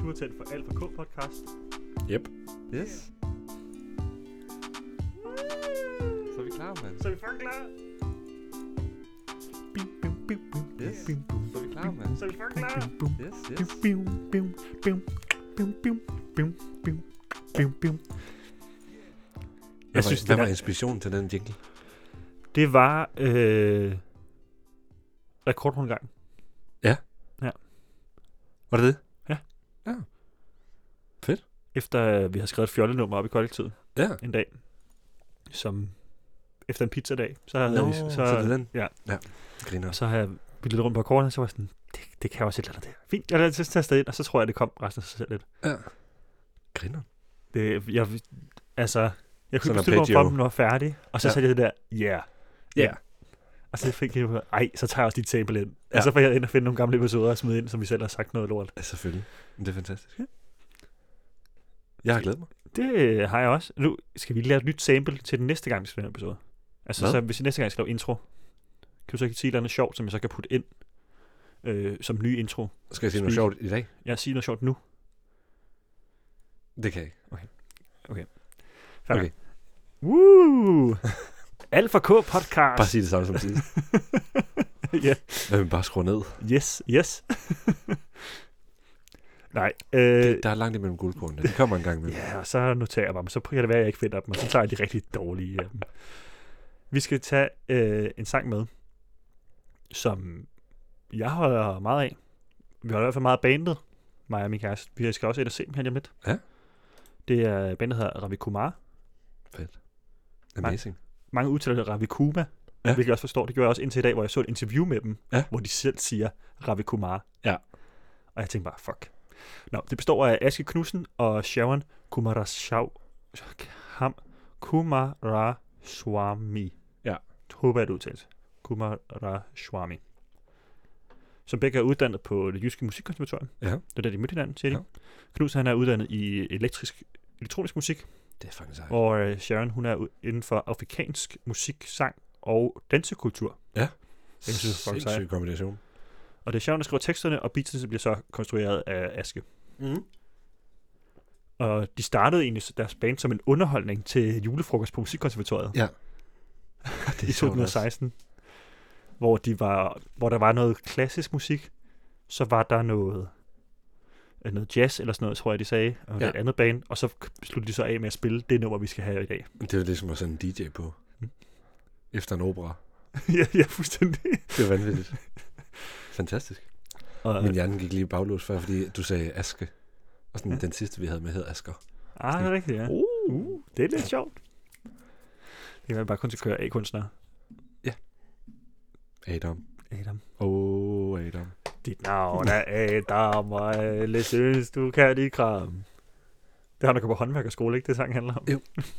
Kulturtelt for Alfa K podcast. Yep. Yes. Så er vi klar, mand. Så er vi fucking klar. Yes. Så er vi klar, mand. Så er vi fucking klar. Yes, yes. Hvad var inspirationen til den jingle? Det var rekordrundgang. Ja. Ja. Var det det? Ja. Ja. Fedt. Efter vi har skrevet et fjollenummer op i kollektivet en dag, som efter en pizzadag, så havde så det er den? Ja. Ja. Griner. Og så har jeg byttet rundt på akkorderne, så var jeg sådan, det kan også et eller andet der. Fint, jeg lader det tastet ind, og så tror jeg, det kom resten af sig selv lidt. Ja. Griner. Jeg kunne Sådan beslutte mig for, om den var færdig, og så sagde jeg det der, yeah. Og så fik jeg så tager jeg også dit sample ind. Ja. Og så får jeg ind og finde nogle gamle episoder og smide ind, som vi selv har sagt noget lort. Ja, selvfølgelig. Men det er fantastisk. Ja. Jeg har glædet mig. Det har jeg også. Nu skal vi lave et nyt sample til den næste gang, vi skal lave en episode. Altså, så hvis vi næste gang skal lave intro, kan du så ikke sige noget sjovt, som jeg så kan putte ind som ny intro? Skal jeg sige noget sjovt i dag? Jeg siger noget sjovt nu. Det kan jeg ikke. Okay. Okay. Woo! Alfa K podcast. Bare sig det samme som sidst. Ja. Jeg vil bare skrue ned. Yes. Nej. Der er langt imellem guldkornene. Det kommer en gang med. Ja, og så noterer jeg mig, så kan det være, at jeg ikke finder dem, og så tager jeg de rigtig dårlige af dem. Vi skal tage en sang med, som jeg holder meget af. Vi holder i hvert fald meget af bandet, mig og min kæreste. Vi skal også ind og se dem her lidt. Ja. Det er bandet, der hedder Ravi Kumar. Fedt. Amazing. Mange udtaler det Ravi Kuma, hvilket jeg også forstår. Det gjorde jeg også indtil i dag, hvor jeg så et interview med dem, hvor de selv siger Ravi Kumar. Ja. Og jeg tænkte bare, fuck. Nå, det består af Aske Knudsen og Sharon Kumaraswamy. Ja. Håber jeg, det udtales. Kumaraswamy. Som begge er uddannet på det jyske musikkonservatorium. Ja. Det er der, de mødte hinanden, siger de. Ja. Knudsen, han er uddannet i elektronisk musik. Det er faktisk sejt. Og Sharon, hun er inden for afrikansk musik, sang og dansekultur. Ja. Jeg synes, det er sindssyg kombination. Og det er Sharon, der skriver teksterne, og beatsene bliver så konstrueret af Aske. Mm. Og de startede egentlig deres band som en underholdning til julefrokost på musikkonservatoriet. Ja. Det i 2016. Hvor der var noget klassisk musik, så var der noget jazz eller sådan noget, tror jeg, de sagde, og et andet band, og så sluttede de så af med at spille det nummer, vi skal have i dag. Det er ligesom at sende en DJ på. Efter en opera. ja, fuldstændig. Det er vanvittigt. Fantastisk. Min hjerne gik lige baglås før, fordi du sagde Aske. Og sådan den sidste, vi havde med, hed Asger. Det er rigtigt, ja. Det er lidt sjovt. Det kan man bare kun til at køre A-kunstnere. Ja. Adam. Adam. Adam. Dit navn er Adam, og alle synes, du kan dit kram. Det har der går på håndværkerskole, ikke? Det sang handler om. Jo.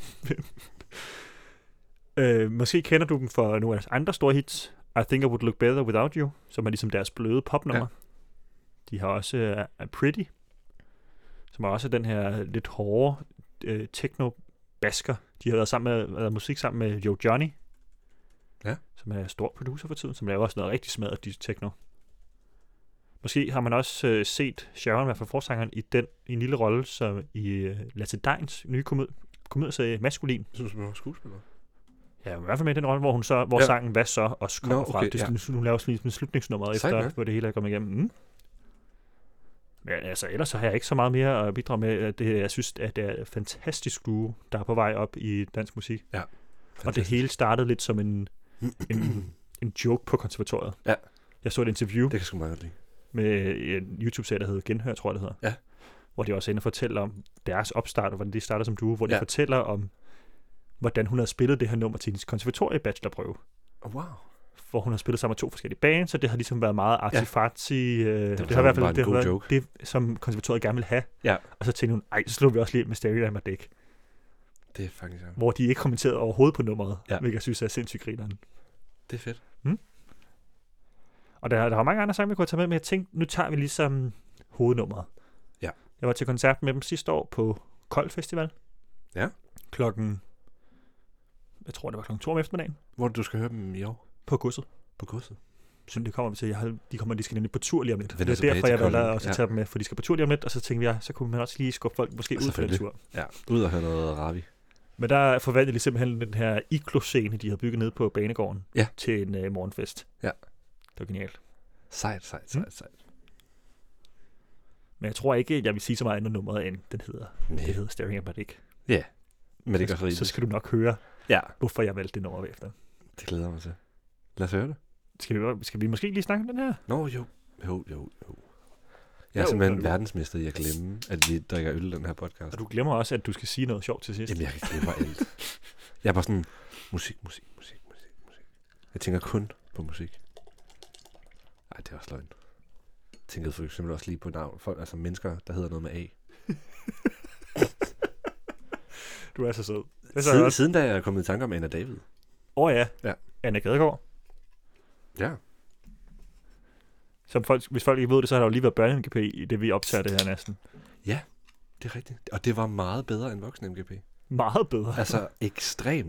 Måske kender du dem for nogle af deres andre store hits. I Think I Would Look Better Without You, som er ligesom deres bløde popnummer. Ja. De har også Pretty, som er også den her lidt hårde techno-basker. De har været musik sammen med Yo Johnny, som er stor producer for tiden, som laver også noget rigtig smadret techno. Måske har man også set Sharon, i hvert fald forsangeren, i en lille rolle som i Lasse Deins nye komedieserie Maskulin. Jeg synes, hun var skuespiller. Ja, i hvert fald med den rolle, hvor sangen Hvad så? Også kommer fra. Nu laver sådan en slutningsnummer efter, hvor det hele er kommet igennem. Men altså, ellers så har jeg ikke så meget mere at bidrage med. Jeg synes, at det er et fantastisk duo, der er på vej op i dansk musik. Ja. Fantastisk. Og det hele startede lidt som en joke på konservatoriet. Ja. Jeg så et interview. Det kan sgu meget lide. Med en YouTube-serie, der hedder Genhør, tror jeg, det hedder. Ja. Hvor de også ender fortæller om deres opstart, og hvordan de startede som duo, hvor de fortæller om, hvordan hun havde spillet det her nummer til hendes konservatoriebachelorprøve. Wow. Hvor hun har spillet sammen med 2 forskellige bands, så det har ligesom været meget artsy-fartsy. Det har i hvert fald været det, som konservatoriet gerne vil have. Ja. Og så tænkte hun, så slog vi også lige med Stereo Lamar Dick. Det er faktisk sjovt. Hvor de ikke kommenterede overhovedet på nummeret, hvilket jeg synes er sindssygt grineren. Det er fedt. Og der var mange andre sange, vi kunne tage med, men jeg tænkte, nu tager vi ligesom hovednummeret. Ja. Jeg var til koncert med dem sidste år på Kold Festival. Ja. Jeg tror, det var klokken 2 om eftermiddagen. Hvor du skal høre dem i år? På Godset. På Godset? Men det kommer vi til. De skal nemlig på tur lige om lidt. Vender Det er derfor, jeg valgte Kolding. også at tage dem med, for de skal på tur lige om lidt, og så tænkte jeg, så kunne man også lige skubbe folk måske ud på den tur. Ja, ud og høre noget Ravi. Men der forvandlede de simpelthen den her iglo-scene, de havde bygget ned på banegården, til en morgenfest. Ja. Det var genialt. Sejt. Men jeg tror ikke, jeg vil sige så meget andet nummeret, end den hedder. Nej. Det hedder Staring at Madik. Ja, men det gør så skal du nok høre, ja, hvorfor jeg valgte det nummer efter. det glæder mig til. Lad os høre det. Skal vi måske lige snakke om den her? Nå, jo. Jeg er simpelthen verdensmester i at glemme, at vi drikker øl i den her podcast. Og du glemmer også, at du skal sige noget sjovt til sidst. Jamen, jeg kan glemme alt. Jeg er bare sådan, musik. Jeg tænker kun på musik. Ej, det er også løgn. Jeg tænkte for eksempel også lige på navn. Folk, altså mennesker, der hedder noget med A. Du er så sød. Siden da jeg er kommet i tanke om Anna David. Ja. Anna Gadegaard. Ja. Hvis folk ikke ved det, så har der jo lige været børne-MGP i det, vi optager det her næsten. Ja, det er rigtigt. Og det var meget bedre end voksen-MGP. Meget bedre. Altså ekstremt.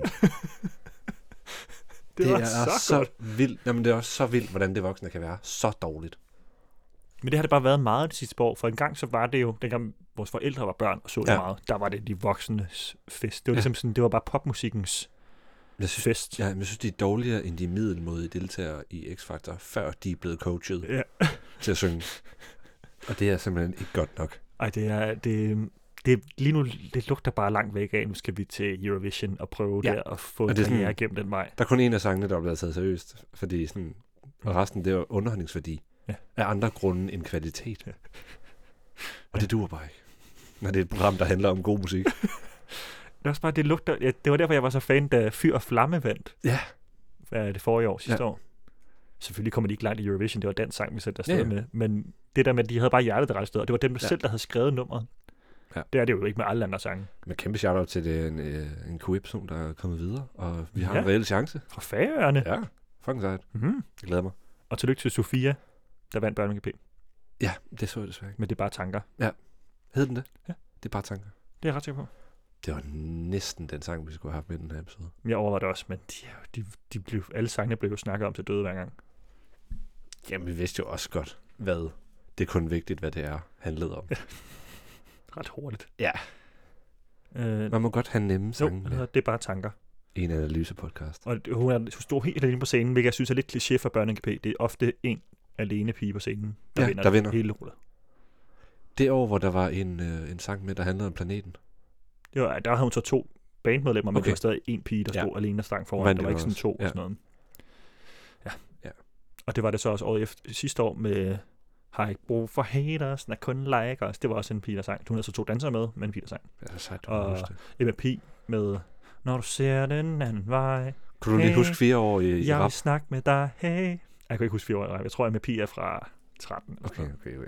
det var så vildt. Jamen, det er også så vildt, hvordan det voksne kan være så dårligt. Men det har det bare været meget det sidste år. For en gang så var det jo, dengang vores forældre var børn og så det meget, der var det de voksnes fest. Det var ligesom sådan, det var bare popmusikkens fest. Ja, men jeg synes, de er dårligere end de middelmodige deltagere i X-Factor, før de er blevet coachet til at synge. Og det er simpelthen ikke godt nok. Ej, det lige nu, det lugter bare langt væk af. Nu skal vi til Eurovision og prøve der og få en karriere gennem den vej. Der er kun en af sangene, der er blevet taget seriøst, fordi sådan, og resten, det er underholdningsværdi af andre grunde end kvalitet. Ja. Og det duer bare ikke, når det er et program, der handler om god musik. Det er også bare, det lugter. Ja, det var derfor, jeg var så fan, da Fyr og Flamme vandt. Ja. Det forrige år, sidste år. Selvfølgelig kommer de ikke langt i Eurovision, det var den sang, vi satte afsted med. Men det der med, at de havde bare hjertet det rette sted, og det var dem selv, der havde skrevet nummeret. Ja. Det er det jo ikke med alle andre sange. Med kæmpe shout-out til det, en Q-person, der er kommet videre, og vi har en reel chance. Fra Færøerne. Ja, fucking sejt. Mm-hmm. Jeg glæder mig. Og tillykke til Sofia, der vandt børne-MGP. Ja, det så jeg desværre ikke. Men det er bare tanker. Ja. Hed den det? Ja. Det er bare tanker. Det er jeg ret sikker på. Det var næsten den sang, vi skulle have haft med den her episode. Jeg overvejede det også, men alle sangene blev jo snakket om til døde hver gang. Jamen, vi vidste jo også godt, hvad det er kun vigtigt, hvad det er handlede om. Ja. Ret hurtigt. Ja. Man må godt have nemme sange med. Det er bare tanker. En analysepodcast. Og hun stod helt alene på scenen, hvilket jeg synes er lidt kliché for børne-MGP. Det er ofte en alene pige på scenen, der vinder hele lortet. Det år, hvor der var en sang med, der handlede om planeten. Der havde hun så 2 bandmedlemmer, men det var stadig en pige, der stod alene og sang foran. Der var ikke sådan 2 og sådan noget. Ja. Og det var det så også året efter sidste år med Har ikke brug for haters, der kun like os. Det var også en pige, der sang. Hun havde så 2 dansere med, men en pige, der sang. Ja, sejt, og Emma P. med Når du ser den anden vej. Kunne du lige huske 4 år i rap? Jeg vil snakke med dig, hey. Jeg kan ikke huske 4 år i rap. Jeg tror, Emma P. er fra 13. Okay.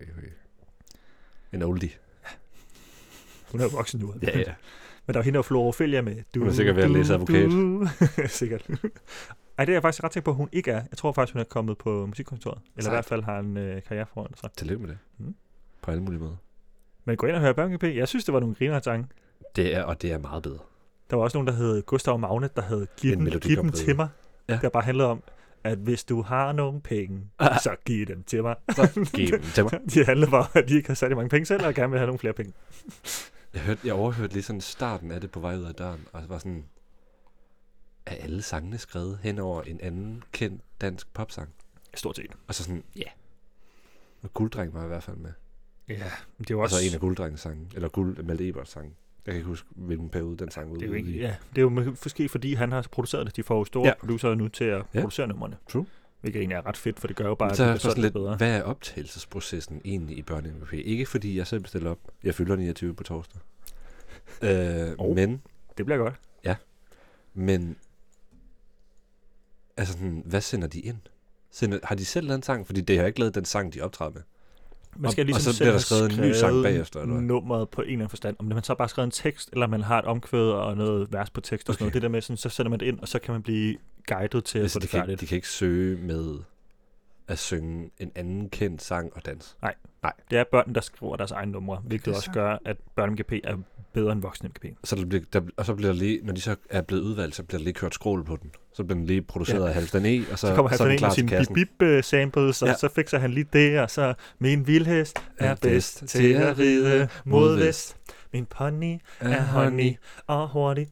En oldie. Hun er jo voksen nu. Ja. Men der var hende og Flora Ophelia med. Hun er sikkert ved at læse advokat. Sikkert. Ej, det er jeg faktisk ret sikker på, at hun ikke er. Jeg tror faktisk, hun er kommet på musikkontoret. Eller i hvert fald har en karriere foran sig. Tillykke med det. På alle mulige måder. Men gå ind og høre børne-MGP. Jeg synes, det var nogle griner-sange. Det er meget bedre. Der var også nogen, der hed Gustav Magnet, der hed Giv dem til mig. Ja. Der bare handlede om, at hvis du har nogle penge, så giv dem til mig. Så giv dem til mig. De handlede bare, at de ikke har sat mange penge selv, og gerne vil have nogle flere penge. Jeg overhørte lige sådan starten af det på vej ud af døren, og det var sådan, er alle sangene skrevet hen over en anden kendt dansk popsang? Stort set. Og så sådan, og Gulddreng var i hvert fald med. Ja, det var også... Og så en af Gulddrengens sange, eller Malte Eberts sange. Jeg kan ikke huske, hvilken periode den sang ud. Det er jo måske fordi, han har produceret det. De får jo store producerer nu til at producere numrene. True. Hvilket egentlig er ret fedt, for det gør jo bare, at det sådan lidt bedre. Hvad er optagelsesprocessen egentlig i børne-MGP? Ikke fordi jeg selv bestiller op. Jeg fylder 29 på torsdag. Men... Det bliver godt. Ja. Men... Altså sådan, hvad sender de ind? Har de selv lavet en sang? Fordi det har ikke lavet den sang, de optræder med. Man skal og så bliver der skrevet en ny sang bagefter, eller hvad? Nummeret på en eller anden forstand. Om man så bare skrevet en tekst, eller man har et omkvæd og noget vers på tekst og sådan noget. Det der med sådan, så sender man det ind, og så kan man blive guidet til at få det færdigt. De kan ikke søge med at synge en anden kendt sang og dans. Nej. Det er børn, der skriver deres egne numre, hvilket også gør, at børne-MGP er bedre end voksen MGP. Så og så bliver der lige, når de så er blevet udvalgt, så bliver der lige kørt skrål på den. Så bliver den lige produceret af Halvdan E, og så kommer han er den ind klar med til sine kassen. bip-bip-samples, og så fikser han lige det, og så min vildhest er bedst til at ride mod vest. Min pony er honey og hurtig.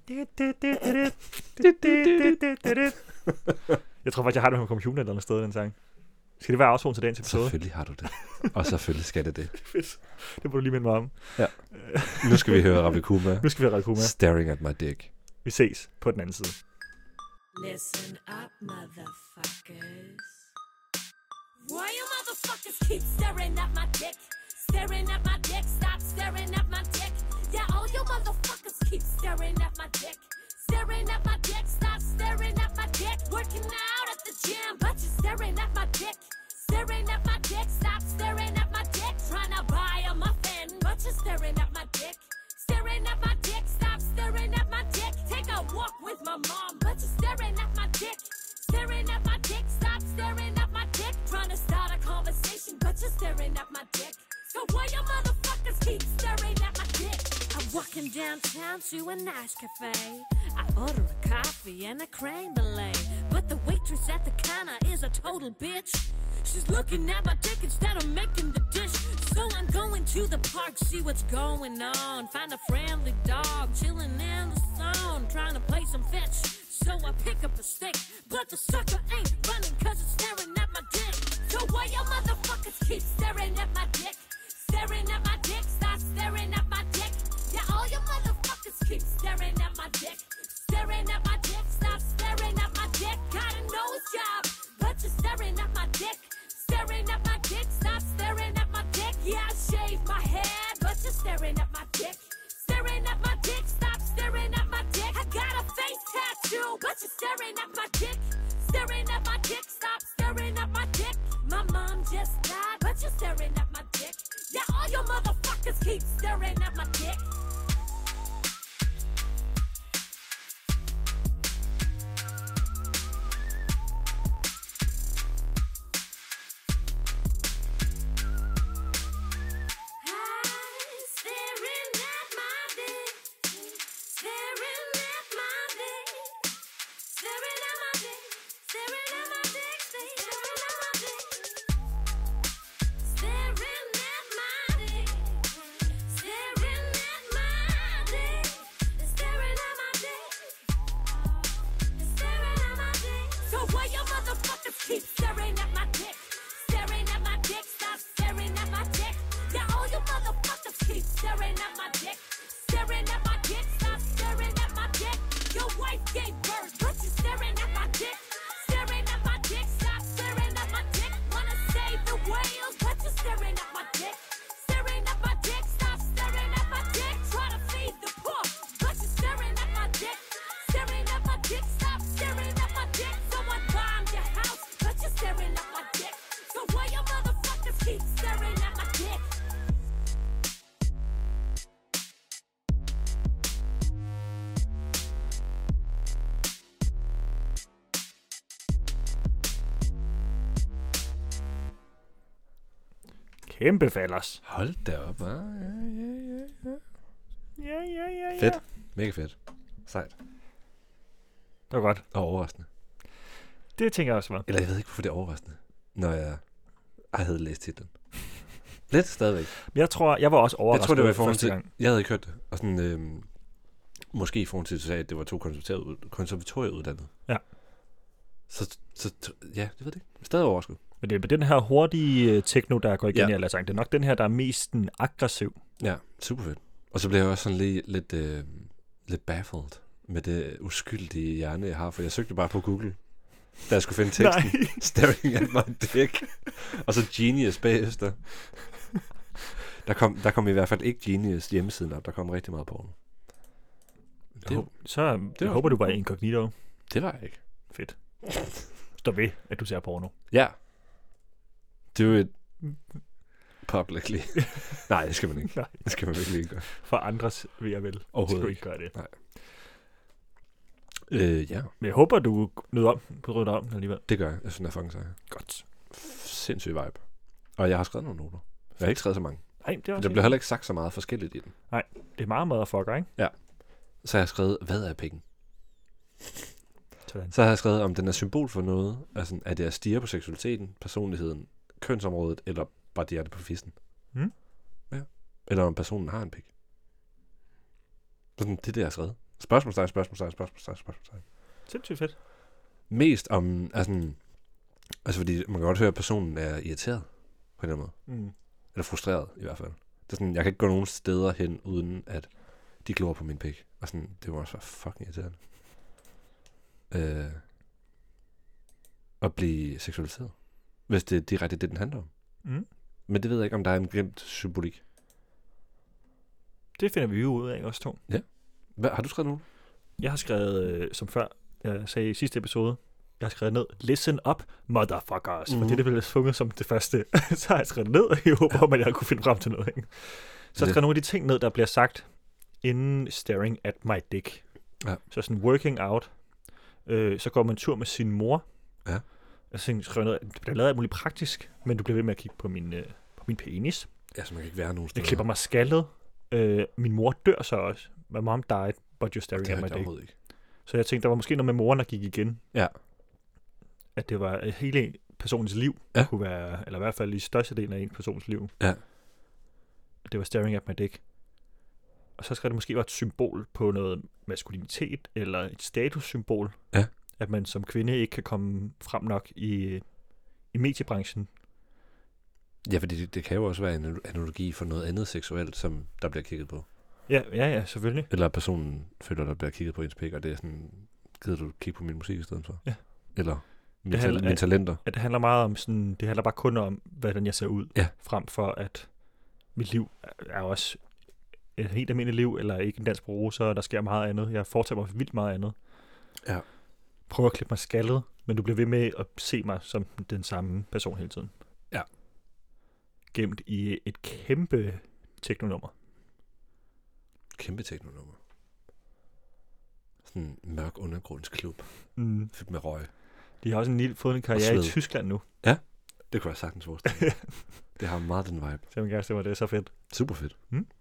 Jeg tror faktisk, jeg har det på computer et eller andet sted, den sang. Skal det være afsvågen til dagens episode? Selvfølgelig har du det. Og selvfølgelig skal det det. Det må du lige minde mig om. Ja. Nu skal vi høre Ravi Kuma. Nu skal vi høre Ravi Kuma. Staring at my dick. Vi ses på den anden side. Listen up, motherfuckers. Why you motherfuckers keep staring at my dick? Staring at my dick, stop staring at my dick. Yeah, all you motherfuckers keep staring at my dick. Staring at my dick, stop staring at my dick. Working out at the gym, but you're staring at my dick. Staring at my dick, stop staring at my dick. Trying to buy a muffin, but you're staring at my dick. Staring at my dick, stop staring at my dick. Take a walk with my mom, but you're staring at my dick. Staring at my dick, stop staring at my dick. Trying to start a conversation, but you're staring at my dick. So why you motherfuckers keep staring at my dick? I'm walking downtown to a nice cafe. I order a coffee and a creme brulee, but the waitress at the counter is a total bitch. She's looking at my dick instead of making the dish. So I'm going to the park, see what's going on. Find a friendly dog chilling in the sun, trying to play some fetch. So I pick up a stick, but the sucker ain't running cause it's staring at my dick. So why you motherfuckers keep staring at my dick? Staring at my dick, stop staring at my dick. Yeah, all you motherfuckers keep staring at my dick. Staring at my dick, stop staring at my dick. Got a nose job, but you're staring at my dick. Staring at my dick, stop staring at my dick. Yeah, I shaved my head, but you're staring at my dick. Staring at my dick, stop staring at my dick. I got a face tattoo, but you're staring at my dick. Staring at my dick, stop staring at my dick. My mom just died, but you're staring at my dick. Yeah, all you motherfuckers keep staring at my dick. Keep staring at my dick. Staring at my dick. Stop staring at my dick. Yeah, all you motherfuckers keep staring at my dick. Staring at my dick. Stop staring at my dick. Your wife gave birth, but you're staring at my dick. Staring at my dick. Stop staring at my dick. Wanna save the whales, but you're staring at my dick. Staring at my dick. Stop staring at my dick. Try to feed the poor, but you're staring at my dick. Staring at my dick. Stop staring at my dick. Someone bombed your house, but you're staring at my dick. So why you motherfuckers keep staring at my dick? Kæmpe falders. Hold da op, hva'? Ja. Fedt. Mega fedt. Sejt. Det var godt. Og overraskende. Det tænker jeg også var. Eller jeg ved ikke, hvorfor det er overraskende, når jeg havde læst titlen. Lidt stadigvæk. Jeg tror, jeg var også overrasket. Jeg tror, det var i forhold første til... gang. Jeg havde ikke hørt det. Og sådan, måske i forhold til, at du sagde, at det var 2 konservatorieuddannede. Ja. Så ja, det ved jeg ikke. Stadig overrasket. Men det er den her hurtige techno, der går igen i Ja. alle sang. Det er nok den her, der er mest aggressiv. Ja, super fedt. Og så blev jeg også sådan lige lidt baffled med det uskyldige hjerne, jeg har. For jeg søgte bare på Google, da jeg skulle finde teksten. Nej. Staring at my dick. Og så Genius bagefter. Der kom i hvert fald ikke Genius hjemmesiden op. Der kom rigtig meget porno. Jeg håber, du var incognito. Det var jeg ikke. Fedt. Stå ved, at du ser porno. Ja. Do it publicly. Nej, det skal man ikke. Nej. Det skal man virkelig ikke gøre. For andres vil jeg vel. Overhovedet Skal du ikke. ikke gøre det. Nej. Ja, Men jeg håber, du nød om på ryddet om alligevel. det gør jeg. Jeg synes, den er fucking sej. Godt. Sindssyg vibe. Og jeg har skrevet nogle noter. Jeg har ikke skrevet så mange. Nej, det er også Der bliver heller ikke sagt så meget forskelligt i den. Nej. Det er meget motherfucker, ikke? Så har jeg skrevet, hvad er pikken? Sådan. Så har jeg skrevet, om den er symbol for noget. Altså, er det at stirre på seksualiteten, personligheden, kønsområdet, eller bare hjerte på fissen? Mm. Ja. Eller om personen har en pik. Sådan, det er det, jeg har skrevet. Spørgsmålstegn. Sindssygt fedt. Mest om, altså fordi man kan godt høre, at personen er irriteret på en eller anden måde. Mm. Eller frustreret i hvert fald. Det er sådan, jeg kan ikke gå nogen steder hen, uden at de glor på min pik. Og sådan, det må også være fucking irriterende. At blive seksualiseret. Hvis det er direkte det, den handler om. Mm. Men det ved jeg ikke, om der er en glemt symbolik. Det finder vi jo ud af også to. Har du skrevet nogen? Jeg har skrevet, som før jeg sagde i sidste episode, jeg har skrevet ned, listen up, motherfuckers. For det blev funget som det første. Så har jeg skrevet ned, i håb om, at jeg kunne finde frem til noget. Ikke? Så har jeg skrevet nogle af de ting ned, der bliver sagt, inden staring at my dick. Ja. Så sådan working out. Så går man en tur med sin mor. Ja. Jeg skrev ned, det bliver lavet alt muligt praktisk, men du bliver ved med at kigge på min penis. Ja, så man kan ikke være nogen steder. Jeg klipper mig skaldet. Min mor dør så også. My mom died, but you're staring at my dick. Ikke. Så jeg tænkte, der var måske noget med moren, der gik igen. Ja. At det var hele personens liv, kunne være, eller i hvert fald i størstedelen af en persons liv. Ja. At det var staring at my dick. Og så skal det måske være et symbol på noget maskulinitet, eller et statussymbol. Ja. At man som kvinde ikke kan komme frem nok i mediebranchen. Ja, fordi det kan jo også være en analogi for noget andet seksuelt, som der bliver kigget på. Ja, selvfølgelig. Eller personen føler, der bliver kigget på ens pik, og det er sådan, gider du kigge på min musik i stedet for? Ja. Eller mine talenter. At det handler meget om sådan, det handler bare kun om, hvordan jeg ser ud. Ja. Frem for, at mit liv er også et helt almindeligt liv, eller ikke en dans på roser, der sker meget andet. Jeg foretager mig vildt meget andet. Ja. Prøver at klippe mig skaldet, men du bliver ved med at se mig som den samme person hele tiden. Ja. Gemt i et kæmpe teknonummer. Kæmpe teknonummer. Sådan en mørk undergrundsklub. Fyldt med røg. De har også fået en karriere i Tyskland nu. Ja, det kunne jeg sagtens forestille. Det har meget den vibe. Så man gerne stemmer, det er så fedt. Super fedt.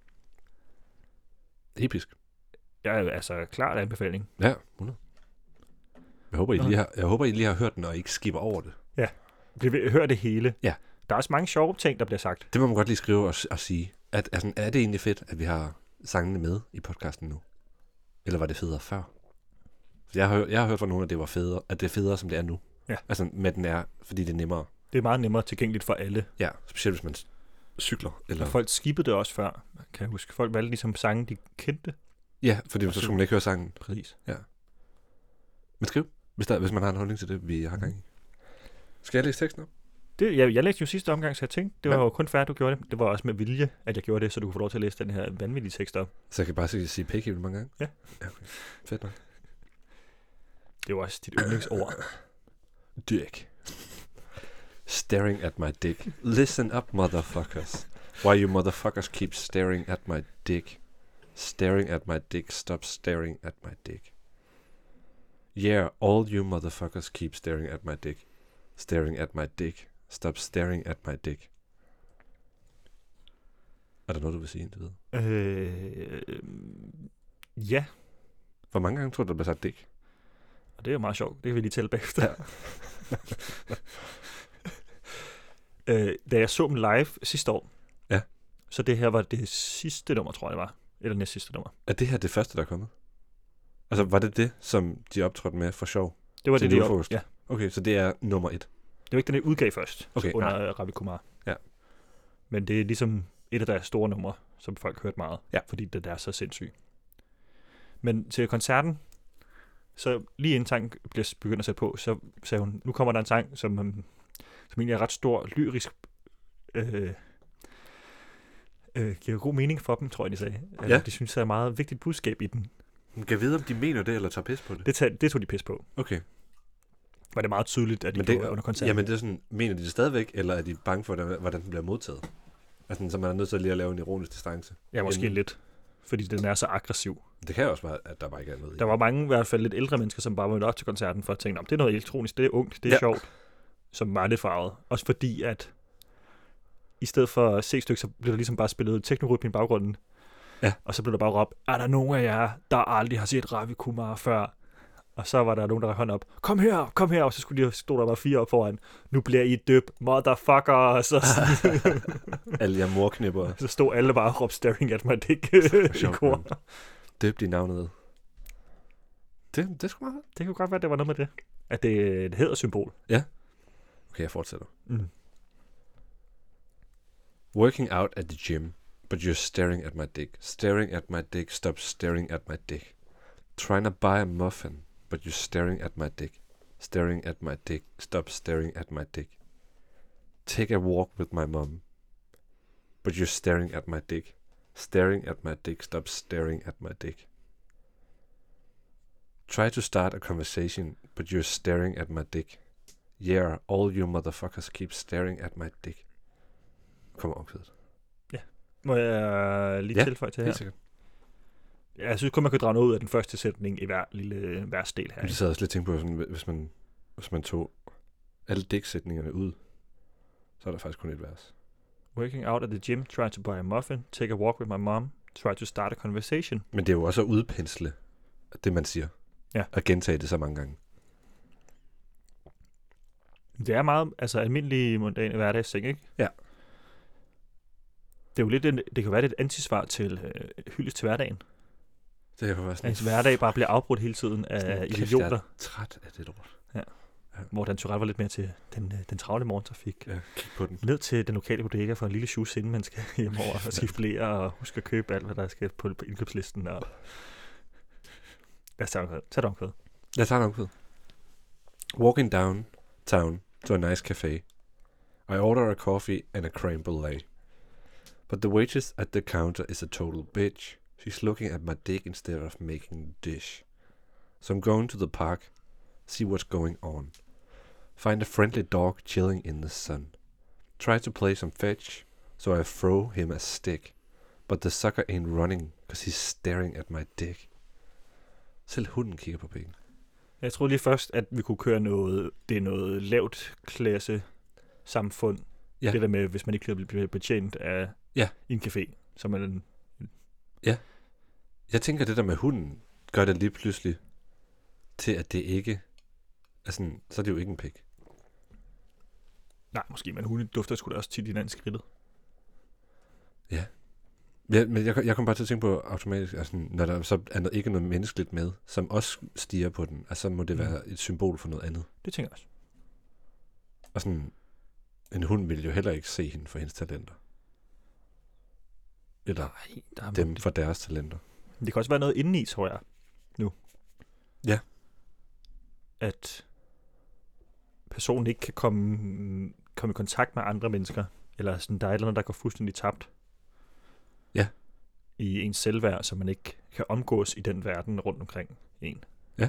Episk. Ja, altså klart anbefaling. Ja, 100. Jeg håber, I lige har hørt den, og ikke skipper over det. Ja, hør det hele. Ja. Der er også mange sjove ting, der bliver sagt. Det må man godt lige skrive og sige. Er det egentlig fedt, at vi har sangene med i podcasten nu? Eller var det federe før? Jeg har hørt fra nogen, at det var federe, at det er federe, som det er nu. Ja. Altså, med den er, fordi det er nemmere. Det er meget nemmere tilgængeligt for alle. Ja, specielt hvis man cykler. Eller... Og folk skippede det også før, kan jeg huske. Folk valgte ligesom sange, de kendte. Ja, fordi så skulle man ikke høre sangen. Præcis. Ja. Men skriv, hvis man har en holdning til det, vi har gang i. Skal jeg læse teksten op? Jeg læste jo sidste omgang, så jeg tænkte, det var jo kun færdigt, du gjorde det. Det var også med vilje, at jeg gjorde det, så du kunne få lov til at læse den her vanvittige tekst op. Så jeg kan bare sige picky mange gange? Ja. Okay. Fedt nok. Det var også dit yndlingsord. Dick. Staring at my dick. Listen up, motherfuckers. Why you motherfuckers keep staring at my dick? Staring at my dick. Stop staring at my dick. Yeah, all you motherfuckers keep staring at my dick. Staring at my dick. Stop staring at my dick. Er der noget, du vil sige indtil videre? Ja. Hvor mange gange tror du, der bliver sagt dick? Og det er jo meget sjovt. Det kan vi lige tælle bagefter. Ja. Da jeg så dem live sidste år, ja. Så det her var det sidste nummer, tror jeg det var. Eller næst sidste nummer. Er det her det første, der er kommet? Altså, var det, som de optrådte med for sjov? Det var det, ja. Okay, så det er nummer 1. Det var ikke den, jeg udgav først, okay, under Ravi Kumar. Ja. Men det er ligesom et af deres store numre, som folk hørte meget, ja. Fordi det er så sindssygt. Men til koncerten, så lige inden sangen begynder at sætte på, så sagde hun, nu kommer der en sang, som egentlig er ret stor, lyrisk, giver god mening for dem, tror jeg, de sagde. Ja. De synes, der er meget vigtigt budskab i den. Kan jeg vide, om de mener det, eller tager pis på det? Det tog de pis på. Okay. Var det meget tydeligt, at de gjorde under koncerten? Jamen, det er sådan, mener de det stadigvæk, eller er de bange for, hvordan den bliver modtaget? Altså, så man er nødt til lige at lave en ironisk distance. Ja, måske lidt. Fordi den er så aggressiv. Det kan også være, at der bare ikke er noget i. Der var mange, i hvert fald lidt ældre mennesker, som bare mødte op til koncerten for at tænke, det er noget elektronisk, det er ungt, det er sjovt, som var lidt farvet. Også fordi, at i stedet for 6 stykker, så blev der ligesom bare spillet teknorytme i baggrunden. Ja. Og så blev der bare råbt, er der nogen af jer, der aldrig har set Ravi Kumar før? Og så var der nogen, der rakte hånden op. Kom her, og så stod der bare 4 op foran. Nu bliver I døbt, motherfucker. Og så, Alle jer morknipper. så stod alle bare og råbte staring at my dick i kor. Døbt i navnet. Det skulle meget. Det kunne godt være, det var noget med det. At det er et hædersymbol. Okay, jeg fortsætter. Mm. Working out at the gym, but you're staring at my dick. Staring at my dick, stop staring at my dick. Trying to buy a muffin, but you're staring at my dick. Staring at my dick, stop staring at my dick. Take a walk with my mom, but you're staring at my dick. Staring at my dick, stop staring at my dick. Try to start a conversation, but you're staring at my dick. Yeah, all you motherfuckers keep staring at my dick. Kommer omkvædet. Må jeg lige tilføje til her? Helt sikkert. Ja, jeg synes kun, man kan drage noget ud af den første sætning i hver lille versdel her. Jeg sad også lidt tænkt på, sådan, hvis man tog alle dæksætningerne ud, så er der faktisk kun et vers. Working out at the gym, try to buy a muffin, take a walk with my mom, try to start a conversation. Men det er jo også at udpensle det, man siger. Ja. Og gentage det så mange gange. Det er meget almindelig mondane hverdagsting, ikke? Ja. Det er jo lidt det kan være lidt antisvar til hyldest til hverdagen. Det er jo også sådan... Ens hverdag bare bliver afbrudt hele tiden af idioter. Jeg er træt af det lort. Hvor Dan Turell var lidt mere til den travle morgentrafik. Ja, kig på den. Ned til den lokale bodega for en lille shoes, inden man skal hjem over og skifte blære og huske at købe alt, hvad der skal på indkøbslisten. Og... Lad os tage det omkvæd. Jeg tager nok ved. Walking downtown to a nice cafe. I order a coffee and a creme brulee. But the waitress at the counter is a total bitch. She's looking at my dick instead of making the dish. So I'm going to the park, see what's going on. Find a friendly dog chilling in the sun. Try to play some fetch, so I throw him a stick. But the sucker ain't running, cause he's staring at my dick. Selv hunden kigger på pikken. Jeg troede lige først, at vi kunne køre noget lavt klasse samfund. Ja. Det der med, hvis man ikke bliver betjent af en café. Så man Jeg tænker, det der med hunden, gør det lige pludselig til, at det ikke er sådan, så er det jo ikke en pik. Nej, måske, men hunde dufter sgu da også tit i den skridtet. Ja. Ja, men jeg kom bare til at tænke på automatisk, altså, når der så er ikke noget menneskeligt med, som også stiger på den, altså, så må det være et symbol for noget andet. Det tænker jeg også. Og sådan, en hund vil jo heller ikke se hende for hendes talenter. Eller dem for deres talenter. Det kan også være noget indeni, tror jeg, nu. Ja. At personen ikke kan komme i kontakt med andre mennesker, eller sådan, der er et eller andet, der går fuldstændig tabt. Ja. I ens selvværd, så man ikke kan omgås i den verden rundt omkring en. Ja.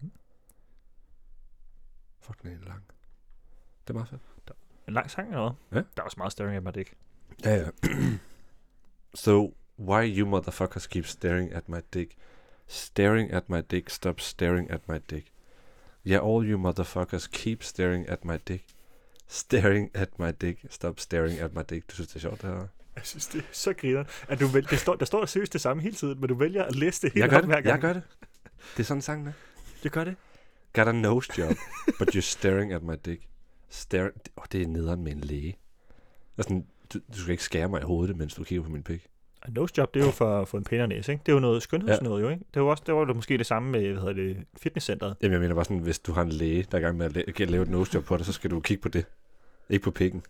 Fuck, den er lang. Det er meget fedt. En lang sang eller noget? Ja. Der er også meget staring at my dick. Ja. So, why you motherfuckers keep staring at my dick? Staring at my dick, stop staring at my dick. Yeah, all you motherfuckers keep staring at my dick. Staring at my dick, stop staring at my dick. Du synes, det er sjovt, det her? Jeg synes, det er så griner, at der står seriøst det samme hele tiden, men du vælger at læse det hele hver gang. Jeg gør det. Det er sådan sangen er. Jeg gør det. Got a nose job, but you're staring at my dick. Det er nederen med en læge. Altså, du skal ikke skære mig i hovedet, mens du kigger på min pik. En nose job, det er jo for en pænere næse, ikke? Det er jo noget skønhedsnød, jo, ikke? Det var jo måske det samme med, fitnesscenteret. Jamen, jeg mener bare sådan, hvis du har en læge, der er i gang med at lave et nose job på dig, så skal du kigge på det. Ikke på pikken.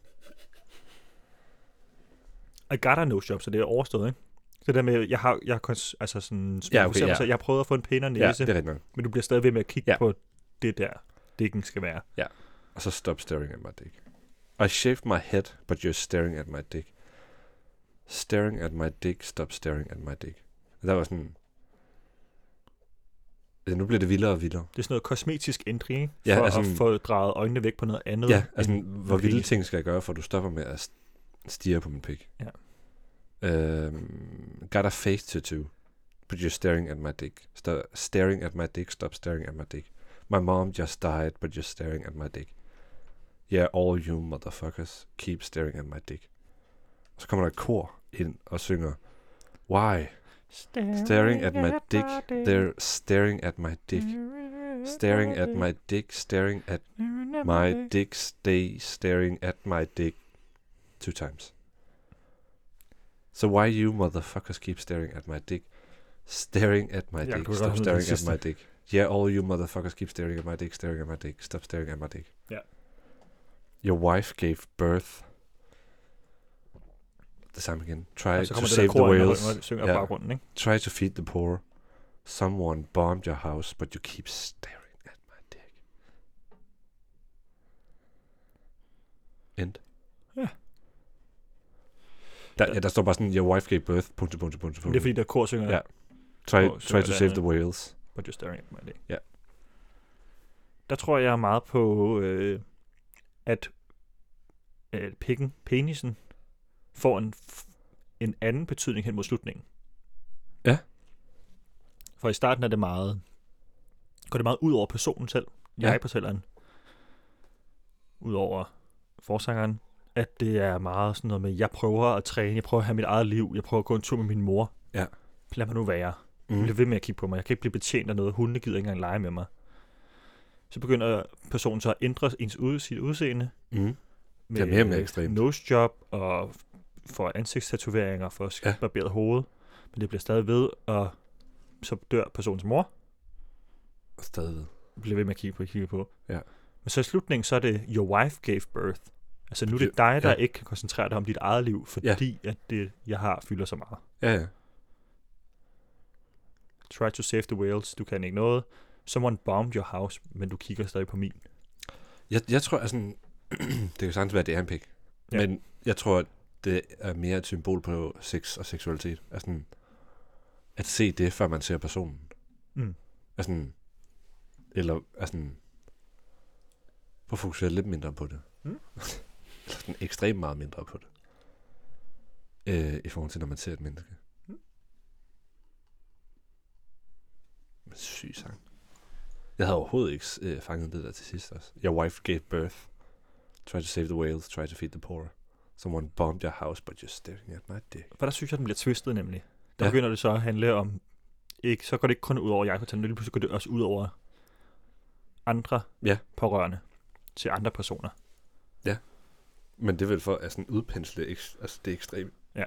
I got a nose job, så det er overstået, ikke? Så der med, jeg har sådan, så jeg har prøvet at få en pænere næse, ja, det er rigtigt nok. men du bliver stadig ved med at kigge på det der, dicken skal være. Ja, og så stop staring at my dick. I shaved my head, but you're staring at my dick. Staring at my dick, stop staring at my dick. Der var sådan... Ja, nu bliver det vildere og vildere. Det er sådan noget kosmetisk ændring, ikke? Ja, for altså, at få drejet øjnene væk på noget andet. Ja, altså, hvor vilde ting skal jeg gøre, for at du stopper med at stirre på min pik. Ja. Got a face tattoo, but you're staring at my dick. Staring at my dick, stop staring at my dick. My mom just died, but you're staring at my dick. Yeah, all you motherfuckers keep staring at my dick. Og så kommer der et kor ind og synger, why Staring at my dick. They're staring at my dick. Staring at my dick. Staring at my dick. Stay staring at my dick 2 times. So why you motherfuckers keep staring at my dick? Staring at my dick. Stop staring at my dick. Yeah, all you motherfuckers keep staring at my dick. Staring at my dick. Stop staring at my dick. Ja. Your wife gave birth. Det samme igen. Try så to save the whales. Synger Ja. baggrunden, ikke? Try to feed the poor. Someone bombed your house, but you keep staring at my dick. End. Ja. Der står bare sådan, your wife gave birth, punktum. Det er fordi, der kor synger. Ja. Try Kor to synger save det the whales. But you're staring at my dick. Ja. Der tror jeg meget på, at penisen, får en anden betydning hen mod slutningen. Ja. For i starten er det meget, går det meget ud over personen selv, jeg-fortælleren, ud over forsangeren, at det er meget sådan noget med, jeg prøver at træne, jeg prøver at have mit eget liv, jeg prøver at gå en tur med min mor. Ja. Lad mig nu være. Bliv ved med at kigge på mig. Jeg kan ikke blive betjent af noget. Hundene gider ikke engang lege med mig. Så begynder personen så at ændre sit udseende. Det er mere og mere ekstremt. Nose job og for ansigtstatoveringer, for barberet hoved. Men det bliver stadig ved, og så dør personens mor. Stadig ved. Bliver ved med at kigge på. Ja. Men så i slutningen, så er det your wife gave birth. Altså nu er det dig, der ikke kan koncentrere dig om dit eget liv, fordi at det, jeg har, fylder så meget. Ja. Try to save the whales. Du kan ikke noget. Someone bombed your house, men du kigger stadig på min. Jeg tror, altså, det kan sagtens være, at det er en pik. Ja. Men jeg tror, at det er mere et symbol på sex og seksualitet. Altså, at se det, før man ser personen. Altså, eller at fokusere lidt mindre på det. Eller sådan ekstremt meget mindre på det. I forhold til, når man ser et menneske. Men syg sang. Jeg havde overhovedet ikke fanget det der til sidst også. Your wife gave birth. Try to save the whales. Try to feed the poor. Someone bombed your house, but you're staring at my dick. For der synes jeg, den bliver twistet nemlig. Der begynder det så at handle om, så går det ikke kun ud over jeg-fortælleren, lige pludselig går det også ud over andre pårørende til andre personer. Ja. Men det er vel for at sådan udpensle det ekstreme. Ja.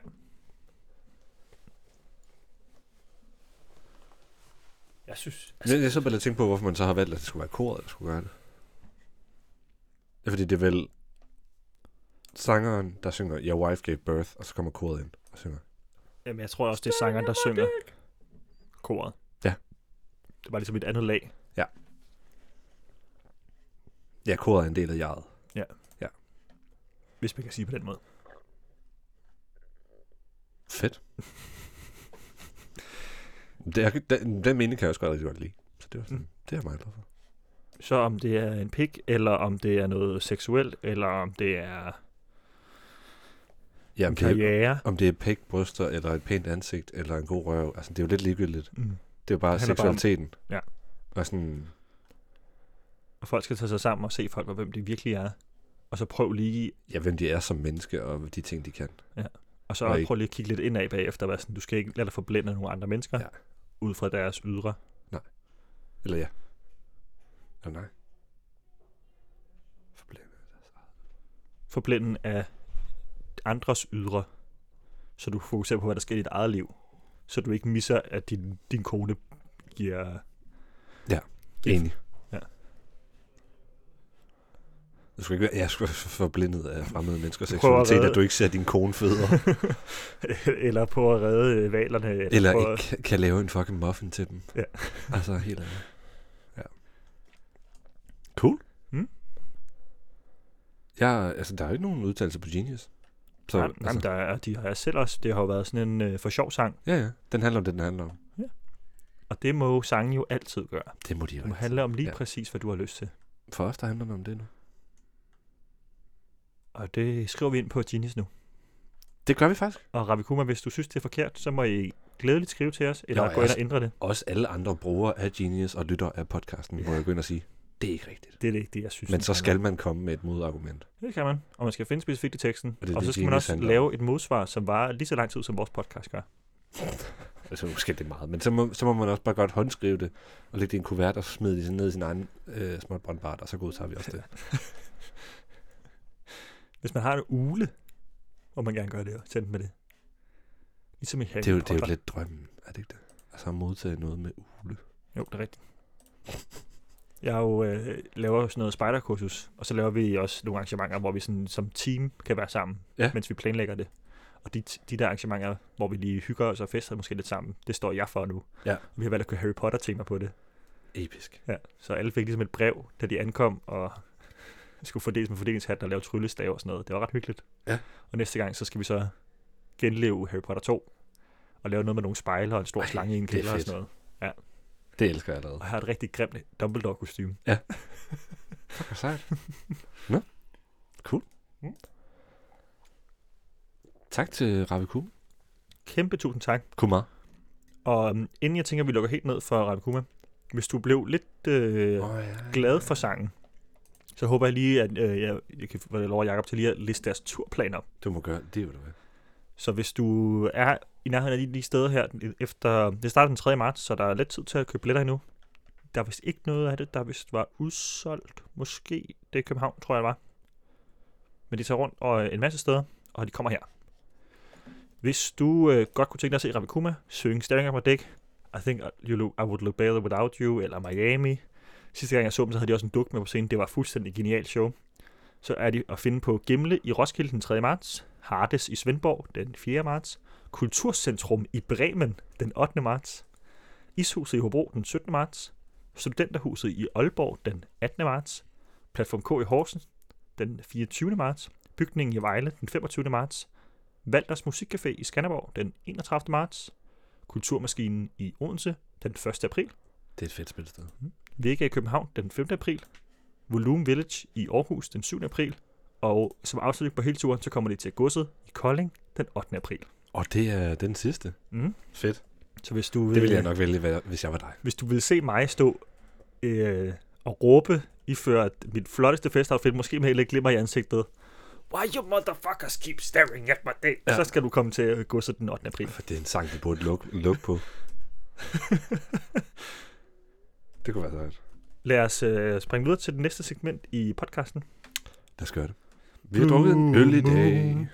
Jeg synes... Altså, jeg så bare tænke på, hvorfor man så har valgt, at det skulle være koret, der skulle gøre det. Det er fordi, det er vel sangeren, der synger Your wife gave birth, og så kommer koret ind og synger. Jamen, jeg tror også, det er sangeren, der synger koret. Ja. Det var ligesom et andet lag. Ja. Ja, koret er en del af jeget. Ja. Ja. Hvis man kan sige på den måde. Fedt. Den mening kan jeg også godt lide. Så det var sådan, det er jeg meget glad for. Så om det er en pik, eller om det er noget seksuelt, eller om det er en karriere. Om det er pæk, bryster, eller et pænt ansigt, eller en god røv. Altså, det er jo lidt ligegyldigt. Det er jo bare seksualiteten. Ja. Og sådan... Og folk skal tage sig sammen og se folk, hvem de virkelig er. Og så prøv lige... Ja, hvem de er som menneske, og de ting, de kan. Ja. Og så prøv lige at kigge lidt indad bagefter. Hvad sådan, du skal ikke lade dig forblænde af nogle andre mennesker. Ja. Ud fra deres ydre. Nej. Eller ja. Eller nej. Forblænde af andres ydre. Så du fokuserer på, hvad der sker i dit eget liv. Så du ikke misser, at din kone giver... Ja, enig. Ja. Du skal ikke være, jeg skal forblindet af fremmede menneskers seksualitet, at du ikke ser din kone fødder. Eller på at redde valerne. Eller ikke kan lave en fucking muffin til dem. Ja. Altså helt andet. Ja. Cool. Altså, der er jo ikke nogen udtalelse på Genius. Så, nej, altså. De har selv også. Det har jo været sådan en for sjov sang. Ja. Den handler om det, den handler om. Ja. Og det må sangen jo altid gøre. Det må de jo. Det må handle om lige præcis, hvad du har lyst til. For os, der handler det om det nu. Og det skriver vi ind på Genius nu. Det gør vi faktisk. Og Ravikuma, hvis du synes, det er forkert, så må I glædeligt skrive til os, eller gå ind og ændre det. Også alle andre brugere af Genius og lytter af podcasten, må jeg gå ind og sige, det er ikke rigtigt. Det er ikke det, jeg synes. Men så skal man komme med et modargument. Det kan man, og man skal finde specifikt i teksten. Og så skal man også lave et modsvar, som varer lige så lang tid, som vores podcast gør. Altså, måske det er meget. Men så må man også bare godt håndskrive det, og lægge det i en kuvert, og smide det ned i sin egen småt brøndbart, og så godtager vi også det. Hvis man har en ule, må man gerne gøre det og sende med det. Ligesom i Harry Det er Potter. jo lidt drømmen, er det ikke det? Altså at modtage noget med ule. Jo, det er rigtigt. Jeg laver sådan noget spejderkursus, og så laver vi også nogle arrangementer, hvor vi sådan, som team kan være sammen, mens vi planlægger det. Og de der arrangementer, hvor vi lige hygger os og fester måske lidt sammen, det står jeg for nu. Ja. Vi har valgt at køre Harry Potter-tema på det. Episk. Ja, så alle fik ligesom et brev, da de ankom, og skulle fordeles med fordelingshat og lave tryllestav og sådan noget. Det var ret hyggeligt. Ja. Og næste gang, så skal vi så genleve Harry Potter 2, og lave noget med nogle spejle og en stor slange i en kælder og sådan noget. Ja. Det elsker jeg allerede. Og jeg har et rigtig grimt Dumbledore-kostyme. Ja. Fuck, sejt. Nå, cool. Tak til Ravi Kuma. Kæmpe tusind tak. Kumar. Og inden jeg tænker, at vi lukker helt ned for Ravi Kuma, hvis du blev lidt glad for sangen, så håber jeg lige, at jeg kan få lov af Jacob til lige at liste deres turplan op. Du må gøre det, vil du være. Så hvis du er i nærheden af de steder her, efter det starter den 3. marts, så der er lidt tid til at købe billetter endnu. Der er vist ikke noget af det, der vist var udsolgt. Måske det er København, tror jeg det var. Men de tager rundt og en masse steder, og de kommer her. Hvis du godt kunne tænke dig at se Ravi Kuma synge Staring at My Dick, I Think I Would Look Better Without You, eller Miami. Sidste gang jeg så dem, så havde de også en duk med på scenen. Det var fuldstændig genialt show. Så er de at finde på Gimle i Roskilde den 3. marts, Hardes i Svendborg den 4. marts, Kulturcentrum i Bremen den 8. marts, Ishuset i Hobro den 17. marts, Studenterhuset i Aalborg den 18. marts, Platform K i Horsens den 24. marts, Bygningen i Vejle den 25. marts, Valders Musikcafé i Skanderborg den 31. marts, Kulturmaskinen i Odense den 1. april, Det er et fedt spilsted. Vega i København den 5. april, Volume Village i Aarhus den 7. april, og som afslutning på hele turen, så kommer de til Godset i Kolding den 8. april. Og det er den sidste. Fedt. Så hvis du Det ville jeg nok vælge, hvis jeg var dig. Hvis du vil se mig stå og råbe iført mit flotteste festoutfit, måske med lidt glimmer i ansigtet, Why you motherfuckers keep staring at my dick? Ja. Så skal du komme til Godset den 8. april. For det er en sang, de burde lukke på. Det kunne være sejt. Lad os springe videre til det næste segment i podcasten. Lad os gøre det. Vi har drukket en øl i dag.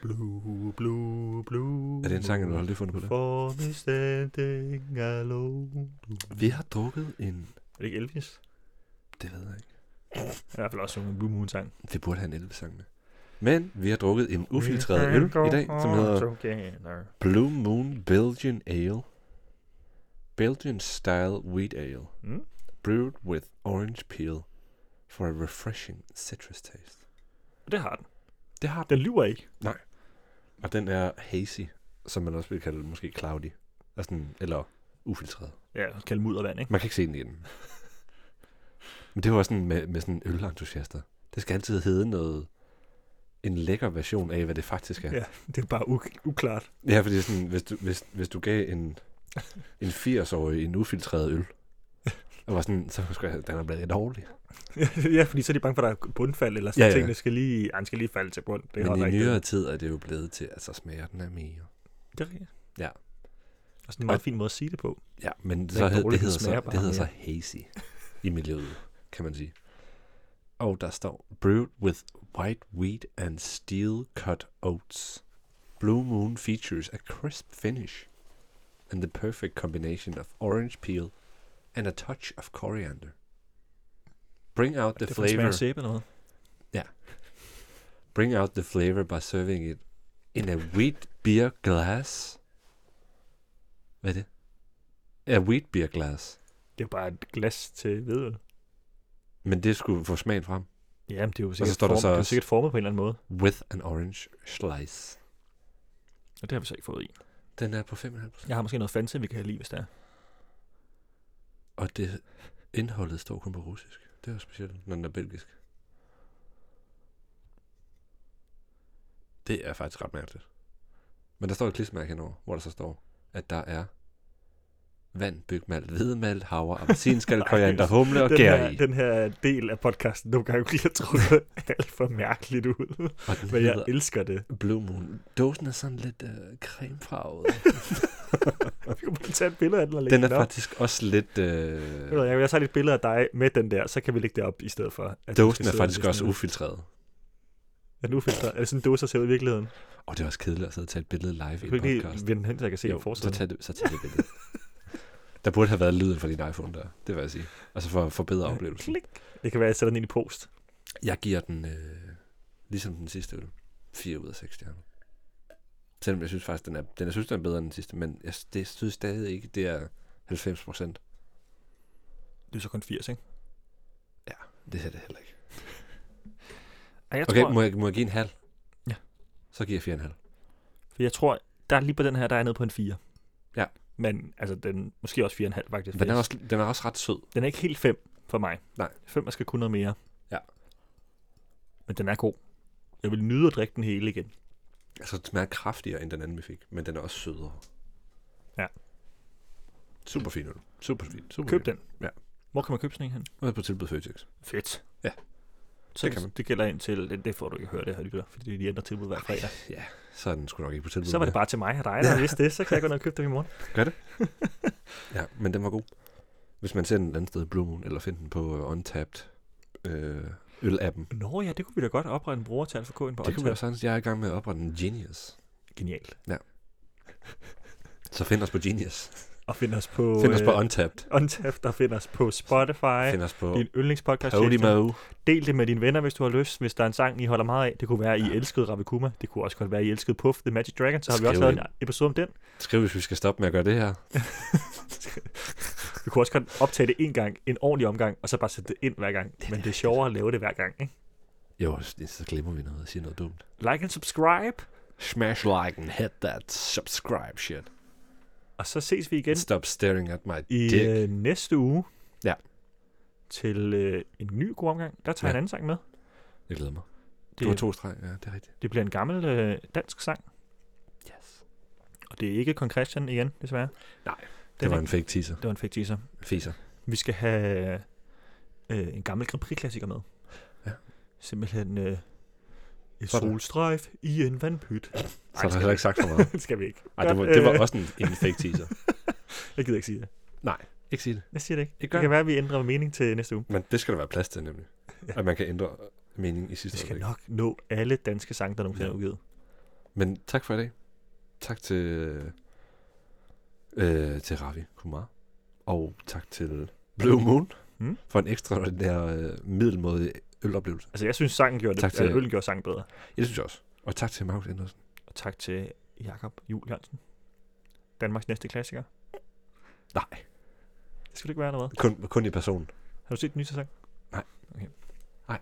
Blue. Er det en sang, du har aldrig fundet på det? For me standing alone. Vi har drukket en... Er det ikke Elvis? Det ved jeg ikke. Jeg har i hvert fald også en Blue Moon-sang. Det burde have en Elvis-sang med. Men vi har drukket en ufiltreret øl i dag, som hedder Blue Moon Belgian Ale. Belgian Style Wheat Ale. Brewed with orange peel for a refreshing citrus taste. Det har den. Det har den. Den lyver ikke. Nej. Og den er hazy, som man også vil kalde måske cloudy. Altså, eller ufiltreret. Ja, kalde muddervand, ikke? Man kan ikke se den i den. Men det var sådan med sådan ølentusiaster. Det skal altid hedde noget, en lækker version af, hvad det faktisk er. Ja, det er bare uklart. Ja, fordi sådan, hvis du gav en 80-årig en ufiltreret øl, og var sådan, så skulle den er blevet dårlig. Ja, fordi så er de bange for, at der er bundfald, eller sådan tingene skal lige falde til bund. Det men i nyere tid er det jo blevet til, at så smager den af mere. Det er rigtigt. Ja. Og sådan en meget fin måde at sige det på. Ja, men det hedder så hazy i miljøet, kan man sige. Og der står, brewed with white wheat and steel cut oats. Blue Moon features a crisp finish and the perfect combination of orange peel and a touch of coriander. Bring out the flavor. Sæbe, eller hvad? Ja. Bring out the flavor by serving it in a wheat beer glass. Hvad er det? A wheat beer glass. Det er bare et glas til hvedøl. Men det skulle få smagen frem. Jamen, det er jo sikkert formet på en eller anden måde. With an orange slice. Og det har vi så ikke fået i. Den er på 5,5%. Jeg har måske noget Fanta, vi kan have lige, hvis der er. Og det indholdet står kun på russisk. Det er jo specielt, når den er belgisk. Det er faktisk ret mærkeligt. Men der står et klistermærke henover, hvor der så står, at der er vand, bygmalt, hvedemalt, havre, appelsinskal, koriander, humle og gær i. Den her del af podcasten, nogle gange bliver trukket alt for mærkeligt ud. Men jeg elsker det. Blue Moon. Dåsen er sådan lidt cremefarvet. Vi kunne bare tage et billede af den og lægge Den er den op. faktisk også lidt... Jeg tager et billede af dig med den der, så kan vi lægge det op i stedet for. At du Dåsen skal er sidde faktisk og også liste ufiltreret. Er den ufiltreret? Er det sådan en dåse, der ser ud i virkeligheden? Og det er også kedeligt at sidde og tage et billede live i Jeg en kan ikke lige podcast. vende hen, så jeg kan se Jo, forsiden. så tag det billede. Der burde have været lyden fra din iPhone der, det vil jeg sige. Altså for at forbedre oplevelsen. Klik. Det kan være, at jeg sætter den ind i post. Jeg giver den, ligesom den sidste øl, 4 ud af 6 stjerner. Selvom jeg synes faktisk, den er bedre end den sidste, men jeg synes stadig ikke, det er 90%. Det er så kun 80, ikke? Ja, det er det heller ikke. Ej, jeg Okay, tror, må jeg give en halv? Ja. Så giver jeg 4,5. for jeg tror, der er lige på den her, der er nede på en 4. Ja. Men altså, den måske også 4,5 faktisk. Den er også ret sød. Den er ikke helt 5 for mig. Nej. 5 skal kunne noget mere. Ja. Men den er god. Jeg vil nyde at drikke den hele igen. Altså, den smager kraftigere, end den anden, vi fik. Men den er også sødere. Ja. Super fin øl. Super fin. Køb den. Ja. Hvor kan man købe sådan en hen? Og er på tilbud Føtex. Fedt. Ja. Så Det kan man. Det gælder ind til, det får du ikke høre det her, lytter, fordi de ændrer tilbud hver fredag. Ja, så er den sgu nok ikke på tilbud. Så var det bare til mig og dig, der vidste det, så kan jeg gå ned og købe dem i morgen. Gør det? Ja, men den var god. Hvis man ser den et andet sted, Blue Moon, eller finder den på Untapped øl-appen. Nå ja, det kunne vi da godt oprette en bruger til Alfa K ind på Det kunne være Untapped. sådan, at jeg er i gang med at oprette en Genius. Genialt. Så find os på Genius. Og find os på, Find os på Untapped. Untapped, og find os på Spotify. Find os på Din yndlingspodcast. Podimo. Del det med dine venner, hvis du har lyst. Hvis der er en sang, I holder meget af. Det kunne være, I elskede Ravikuma. Det kunne også godt være, I elskede Puff, The Magic Dragon. Så har vi også Skriv lavet ind. en episode om den. Skriv, hvis vi skal stoppe med at gøre det her. Vi kunne også godt optage det en gang, en ordentlig omgang, og så bare sætte det ind hver gang. Men det er sjovere at lave det hver gang, ikke? Jo, så glemmer vi noget og siger noget dumt. Like and subscribe. Smash like and hit that subscribe shit. Og så ses vi igen Stop staring at my i dick. næste uge. Ja. Til en ny god omgang. Der tager jeg en anden sang med. Jeg glæder mig. Du har 2 streg, ja, det er rigtigt. Det bliver en gammel dansk sang. Yes. Og det er ikke Kong Christian igen, desværre. Nej, det var en fake teaser. Det var en fake teaser. Fiser. Vi skal have en gammel Grand Prix-klassiker med. Ja. Simpelthen et Sådan. solstrejf i en vandpyt. Så har jeg heller ikke sagt for meget. Det skal vi ikke. Ej, Godt, det var også en fake teaser. Jeg gider ikke sige det. Nej, ikke sige det. Jeg siger det ikke. Ikke Det kan være, at vi ændrer mening til næste uge. Men det skal der være plads til, nemlig. Ja. At man kan ændre mening i Vi sidste skal øjeblik. nok nå alle danske sange, der nogensinde er udgivet. Men tak for i dag. Tak til Ravi Kumar. Og tak til Blue Moon for en ekstraordinær middelmådig øloplevelse. Altså, jeg synes, sangen gjorde Tak det. til- Øllen gjorde sangen bedre. Jeg synes også. Og tak til Markus Andersen. Og tak til Jakob Juhl Jørgensen. Danmarks næste klassiker. Nej, Det skal du ikke være, eller hvad? kun i person. Har du set den nye sæson? Nej. Okay. Nej.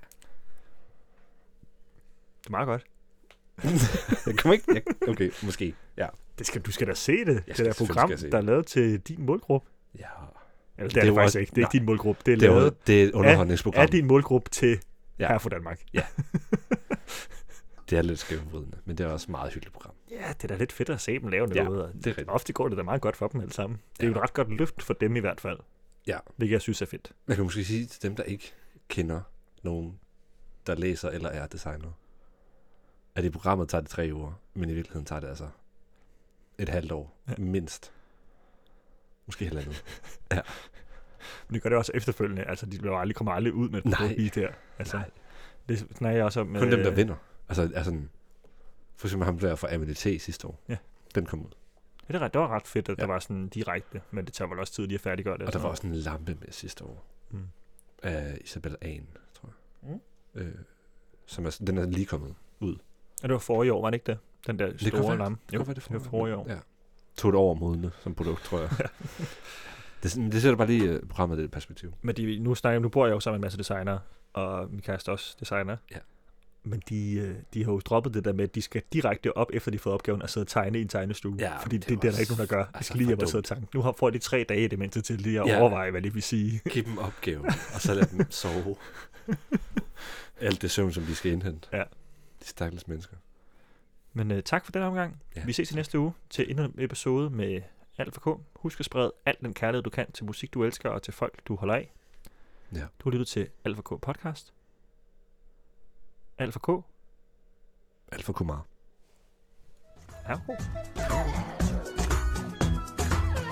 Det er meget godt. Jeg kommer ikke... Okay, måske. Ja. Du skal da se det. Det der selvfølgelig program, skal jeg se det. der er lavet til din målgruppe. Ja. Eller det Det er er det jo faktisk også- ikke. Det er ikke nej. din målgruppe. Det er Det er, lavet det er et underholdningsprogram. af din målgruppe til Ja. her for Danmark. Ja. Det er lidt skævvridende, men det er også et meget hyggeligt program. Ja, det er da lidt fedt at se dem lave Ja, noget. Og det er rigtigt. ofte går det da meget godt for dem alle sammen. Det er jo et ret godt løft for dem i hvert fald. Ja. Hvilket jeg synes er fedt. Man kan måske sige til dem, der ikke kender nogen, der læser eller er designer, at i programmet tager det 3 uger, men i virkeligheden tager det altså et halvt år, mindst. Måske halvandet. Men det gør det også efterfølgende. Altså, de kommer aldrig ud med et produkt lige der. Altså, Nej. det snakker jeg også om med... Kun dem, der vinder. Altså for eksempel ham der fra Amenité sidste år. Ja. Den kom ud. Ja, det var ret fedt, at der var sådan direkte, men det tager vel også tid lige at færdiggøre det. Og der var også en lampe med sidste år. Af Isabella Ahn, tror jeg. Den er lige kommet ud. Og det var forrige år, var det ikke det? Den der Det store kunne være- lampe. Det var det forrige år. Ja. Tog det over modne som produkt, tror jeg. Det sætter bare lige programmet i det perspektiv. Men nu bor jeg jo sammen med en masse designere, og min kæreste også designer. Ja. Men de har jo droppet det der med, at de skal direkte op, efter de får opgaven, at sidde og tegne i en tegnestue. Ja, fordi det det er var der ikke nogen, der gør. De altså skal lige for hjem og sidde og tanke. Nu får de 3 dage i det mindste til lige at overveje, hvad det vil sige. Giv dem opgaven, og så lad dem sove. Alt det søvn, som de skal indhente. Ja. De stakkels mennesker. Men tak for den omgang. Ja. Vi ses i næste uge til endnu en episode med Alfa K. Husk at sprede al den kærlighed, du kan til musik, du elsker, og til folk, du holder af. Ja. Du har lyttet til Alfa K podcast. Alfa K. Alfa Kumar. Ja.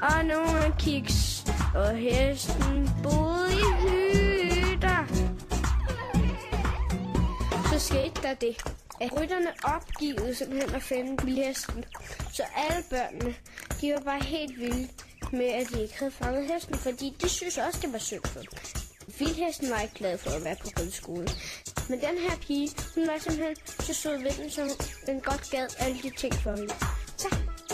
og nogle kiks, og hesten boede i hytter. Så skete der det, at rytterne opgivede simpelthen at finde vildhesten. Så alle børnene, de var bare helt vilde med, at de ikke havde fanget hesten, fordi de synes også, det var synd for dem. Vildhesten var ikke glad for at være på rideskolen. Men den her pige, hun var simpelthen så sød ved den, som den godt gad alle de ting for hende. Så.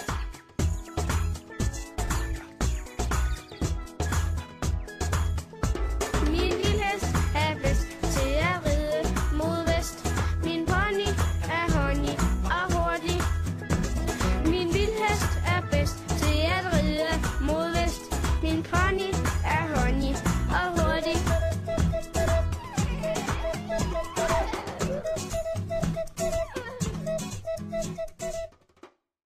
Min vildhest er bedst til at ride mod vest. Min pony er honey og hurtig. Min vildhest er bedst til at ride mod vest. Min pony